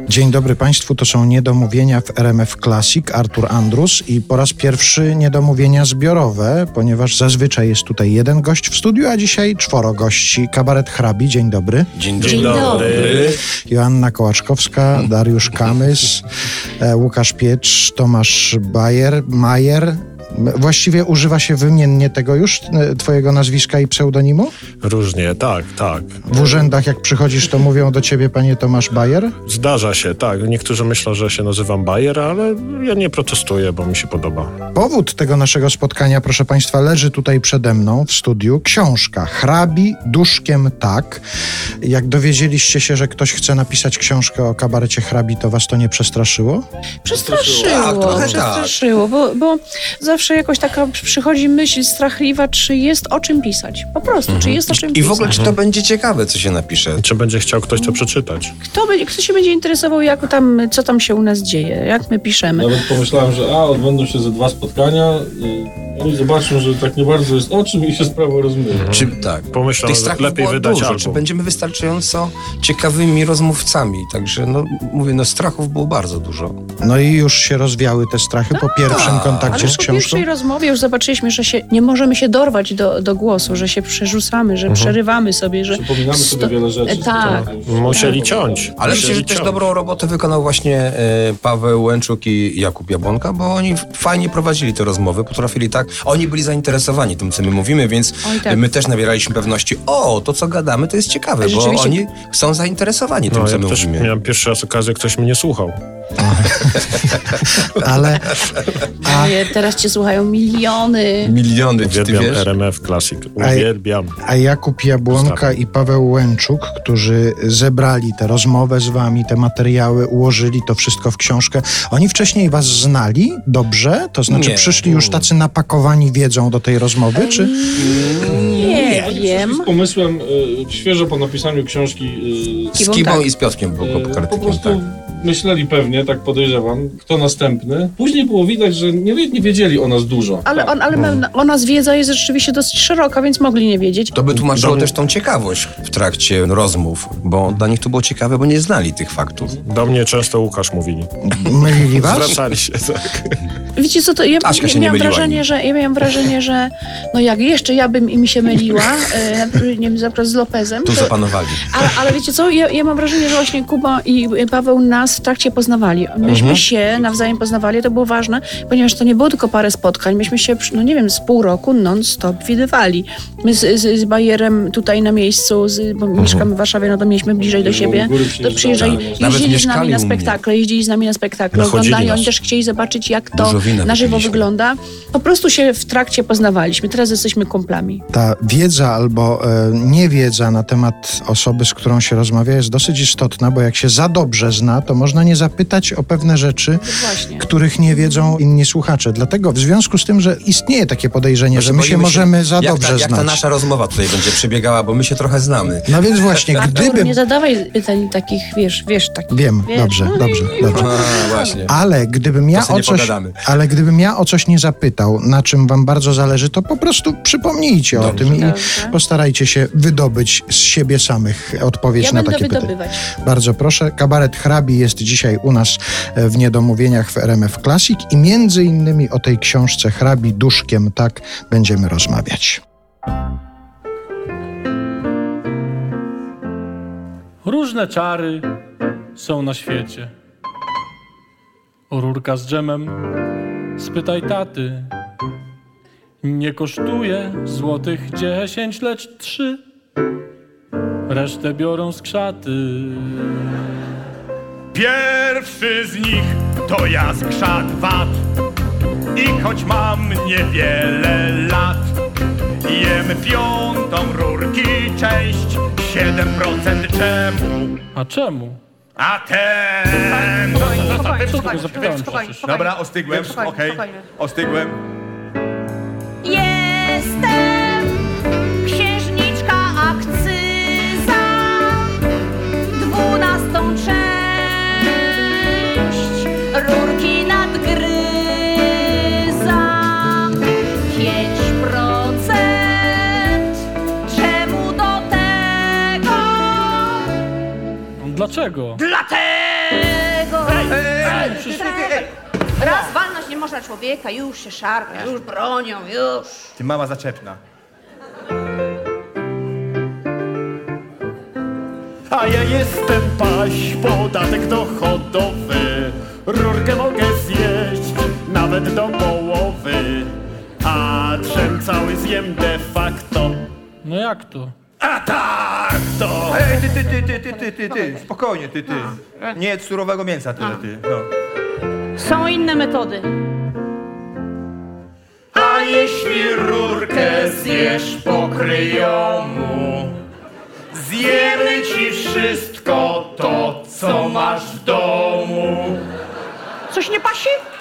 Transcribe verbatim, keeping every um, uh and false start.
Dzień dobry Państwu, to są Niedomówienia w R M F Classic, Artur Andrus i po raz pierwszy niedomówienia zbiorowe, ponieważ zazwyczaj jest tutaj jeden gość w studiu, a dzisiaj czworo gości. Kabaret Hrabi, dzień dobry. Dzień, dzień dobry. Joanna Kołaczkowska, Dariusz Kamys, e, Łukasz Piecz, Tomasz Bajer, Majer. Właściwie używa się wymiennie tego już, twojego nazwiska i pseudonimu? Różnie, tak, tak. W urzędach jak przychodzisz, to mówią do ciebie panie Tomasz Bajer? Zdarza się, tak. Niektórzy myślą, że się nazywam Bajer, ale ja nie protestuję, bo mi się podoba. Powód tego naszego spotkania, proszę państwa, leży tutaj przede mną w studiu. Książka Hrabi duszkiem tak. Jak dowiedzieliście się, że ktoś chce napisać książkę o kabarecie Hrabi, to was to nie przestraszyło? Przestraszyło, Tak, przestraszyło, bo, bo zawsze jakoś taka przychodzi myśl strachliwa, czy jest o czym pisać. Po prostu, mhm. czy jest o czym I pisać. w ogóle, czy to będzie ciekawe, co się napisze? Czy będzie chciał ktoś to przeczytać? Kto, będzie, kto się będzie interesował, jak tam, co tam się u nas dzieje, jak my piszemy. Nawet pomyślałem, że a, odbędą się ze dwa spotkania, y, oni zobaczą, że tak nie bardzo jest o czym i się sprawa rozmyje. Mhm. Czy tak? Pomyślałem, Tych że strachów lepiej było wydać dużo. album. Czy będziemy wystarczająco ciekawymi rozmówcami? Także, no, mówię, no strachów było bardzo dużo. No i już się rozwiały te strachy po pierwszym kontakcie Ale z po książką? pierwszej rozmowie już zobaczyliśmy, że się nie możemy się dorwać do, do głosu, że się przerzucamy, że przerywamy sobie, że... Przypominamy sobie wiele rzeczy. Tak. Musieli ciąć. Ale myślę, Musieli że też ciąć. dobrą robotę wykonał właśnie e, Paweł Łęczuk i Jakub Jabłonka, bo oni fajnie prowadzili te rozmowy, potrafili tak, oni byli zainteresowani tym, co my mówimy, więc Oj, tak. my też nabieraliśmy pewności, o, to co gadamy, to jest ciekawe, bo Rzeczywiście. oni są zainteresowani tym, No, co ja my też mówimy. miałem pierwszy raz okazję, ktoś mnie słuchał. Ale a, Nie, teraz cię słuchają miliony. Miliony, czy ty Uwielbiam wiesz? R M F Classic. A- Uwielbiam. a Jakub Jabłonka Zostawiam. i Paweł Łęczuk, którzy zebrali tę rozmowę z wami, te materiały, ułożyli to wszystko w książkę. Oni wcześniej was znali dobrze? To znaczy Nie. przyszli już tacy napakowani wiedzą do tej rozmowy, czy... Nie Oni wiem. przyszli z pomysłem y, świeżo po napisaniu książki y, Z Kibą i z Piotrkiem był y, po krytykiem, prostu tak. myśleli pewnie, tak podejrzewam, kto następny. Później było widać, że nie, wie- nie wiedzieli o nas dużo. Ale, Tak. on, ale my, o nas wiedza jest rzeczywiście dosyć szeroka, więc mogli nie wiedzieć. To by tłumaczyło Do mnie- też tą ciekawość w trakcie rozmów, bo dla nich to było ciekawe, bo nie znali tych faktów. Do mnie często Łukasz mówili. Mylili was? Zwracali się, tak. Wiecie co, to ja, Aśka się ja nie miałam myliła wrażenie, im. że ja miałam wrażenie, że no jak jeszcze ja bym mi się myliła, e, nie wiem, zapraszam z Lopezem. Tu to- zapanowali. Ale, ale wiecie co, ja, ja mam wrażenie, że właśnie Kuba i Paweł nas w trakcie poznawali. Myśmy Mhm. się nawzajem poznawali, to było ważne, ponieważ to nie było tylko parę spotkań. Myśmy się, no nie wiem, z pół roku non-stop widywali. My z, z, z Bajerem tutaj na miejscu, z, bo Mhm. mieszkamy w Warszawie, no to mieliśmy bliżej do Bo siebie. z góry To przyjeżdżali. przyjeżdżali, Nawet jeździli z mieszkali nami na u mnie. spektakle, jeździli z nami na spektakle, Nachodzili oglądali, nas. oni też chcieli zobaczyć, jak to Dużo wina na żywo wypiliśmy. wygląda. Po prostu się w trakcie poznawaliśmy. Teraz jesteśmy kumplami. Ta wiedza albo e, niewiedza na temat osoby, z którą się rozmawia, jest dosyć istotna, bo jak się za dobrze zna, to można nie zapytać o pewne rzeczy, Właśnie. których nie wiedzą inni słuchacze. Dlatego w związku z tym, że istnieje takie podejrzenie, że my się boimy możemy za jak dobrze ta, jak ta znać. nasza rozmowa tutaj będzie przebiegała, bo my się trochę znamy. No więc właśnie, Artur, gdybym... nie zadawaj pytań takich, wiesz, wiesz, takich. Wiem, wiesz, dobrze, no i- dobrze, dobrze. A, właśnie. Ale gdybym ja To sobie o nie coś, pogadamy. ale gdybym ja o coś nie zapytał, na czym wam bardzo zależy, to po prostu przypomnijcie o Dobrze. tym i Dobrze. postarajcie się wydobyć z siebie samych odpowiedź Ja na będę takie pytania. wydobywać. Bardzo proszę. Kabaret Hrabi jest dzisiaj u nas e, w Niedomówieniach w R M F Classic i między innymi o tej książce Hrabi duszkiem tak będziemy rozmawiać. Różne czary są na świecie. O rurka z dżemem spytaj taty. Nie kosztuje złotych dziesięć, lecz trzy. Resztę biorą z krzaty. Pierwszy z nich to ja z krzak wat. I choć mam niewiele lat, jem piątą rurki część. Siedem procent czemu? A czemu? A ten... Spokojnie, spokojnie, zapytałem przecież. Dobra, ostygłem, okej, ostygłem. Jestem księżniczka akcyza, dwunastą część rurki nadgryzam. Pięć procent, czemu do tego? Dlaczego? Dlatego! tego. Ej, ej, przecież ty, ej. Raz walnąć nie można człowieka, już się szarpie, już bronią, już. Ty mama zaczepna. A ja jestem paś, podatek dochodowy. Rurkę mogę zjeść, nawet do połowy. A drzem cały zjem de facto. No jak to? A tak to! Ej, ty, ty, ty, ty, ty, ty, ty, ty, spokojnie, ty, ty. Nie jedz surowego mięsa tyle, ty, no. Są inne metody. A jeśli rurkę zjesz po kryjomu, zjemy ci wszystko to, co masz w domu. Coś nie pasi?